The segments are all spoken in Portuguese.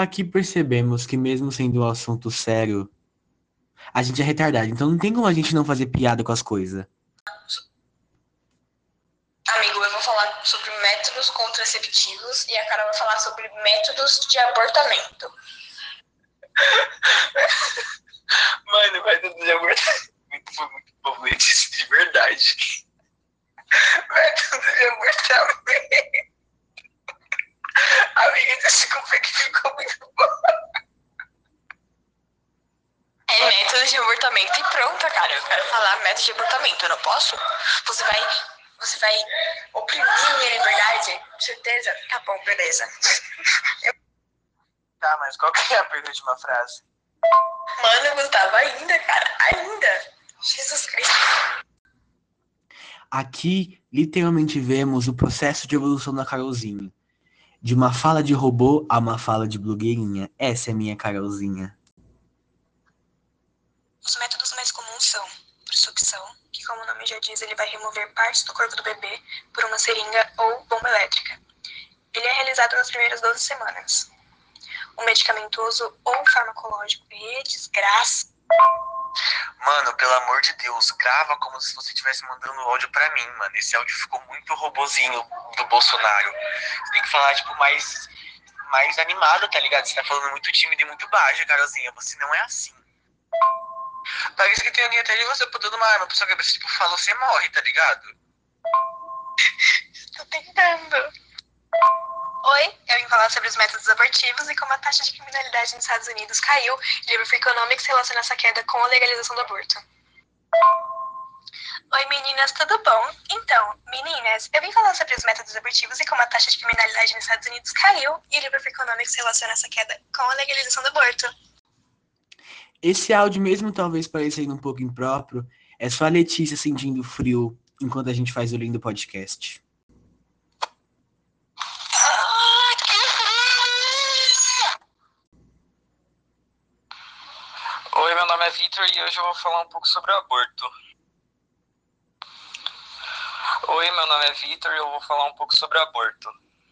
Aqui percebemos que mesmo sendo um assunto sério, a gente é retardado, então não tem como a gente não fazer piada com as coisas. Amigo, eu vou falar sobre métodos contraceptivos e a Carol vai falar sobre métodos de abortamento. Mano, método de abortamento foi muito bom, Letícia, de verdade. Método de abortamento. Amiga, desculpa que ficou muito bom. É método de abortamento e pronto, cara. Eu quero falar método de abortamento, eu não posso? Você vai oprimir minha liberdade? Certeza? Tá bom, beleza. Tá, mas qual que é a penúltima frase? Mano, Gustavo, ainda, cara. Ainda. Jesus Cristo. Aqui, literalmente, vemos o processo de evolução da Carolzinha. De uma fala de robô a uma fala de blogueirinha. Essa é a minha Carolzinha. Os métodos mais comuns são por sucção, que como o nome já diz, ele vai remover partes do corpo do bebê por uma seringa ou bomba elétrica. Ele é realizado nas primeiras 12 semanas. O medicamentoso ou farmacológico. Desgraça. Mano, pelo amor de Deus, grava como se você estivesse mandando áudio pra mim, mano. Esse áudio ficou muito robozinho do Bolsonaro. Você tem que falar, tipo, mais animado, tá ligado? Você tá falando muito tímido e muito baixo, Carolzinha. Você não é assim. Parece que tem alguém até de você botando uma arma. A pessoa que você, tipo, fala, você morre, tá ligado? Tô tentando. Oi, eu vim falar sobre os métodos abortivos e como a taxa de criminalidade nos Estados Unidos caiu e o livro Economics relaciona essa queda com a legalização do aborto. Oi meninas, tudo bom? Então, meninas, eu vim falar sobre os métodos abortivos e como a taxa de criminalidade nos Estados Unidos caiu e o livro Economics relaciona essa queda com a legalização do aborto. Esse áudio, mesmo talvez parecendo um pouco impróprio, é só a Letícia sentindo frio enquanto a gente faz o lindo podcast. Oi, meu nome é Vitor e hoje eu vou falar um pouco sobre o aborto. Oi, meu nome é Vitor e eu vou falar um pouco sobre o aborto.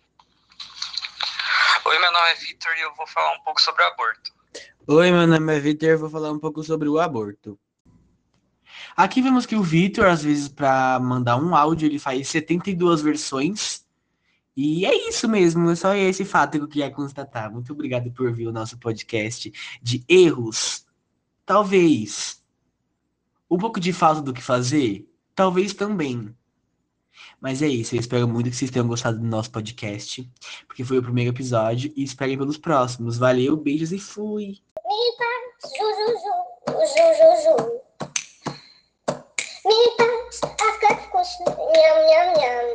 Oi, meu nome é Vitor e eu vou falar um pouco sobre o aborto. Oi, meu nome é Vitor e eu vou falar um pouco sobre o aborto. Aqui vemos que o Vitor, às vezes, para mandar um áudio, ele faz 72 versões. E é isso mesmo, é só esse fato que eu queria constatar. Muito obrigado por ouvir o nosso podcast de erros. Talvez. Um pouco de falta do que fazer? Talvez também. Mas é isso, eu espero muito que vocês tenham gostado do nosso podcast, porque foi o primeiro episódio, e esperem pelos próximos. Valeu, beijos e fui! Mipa, as gatas, nham, nham, nham.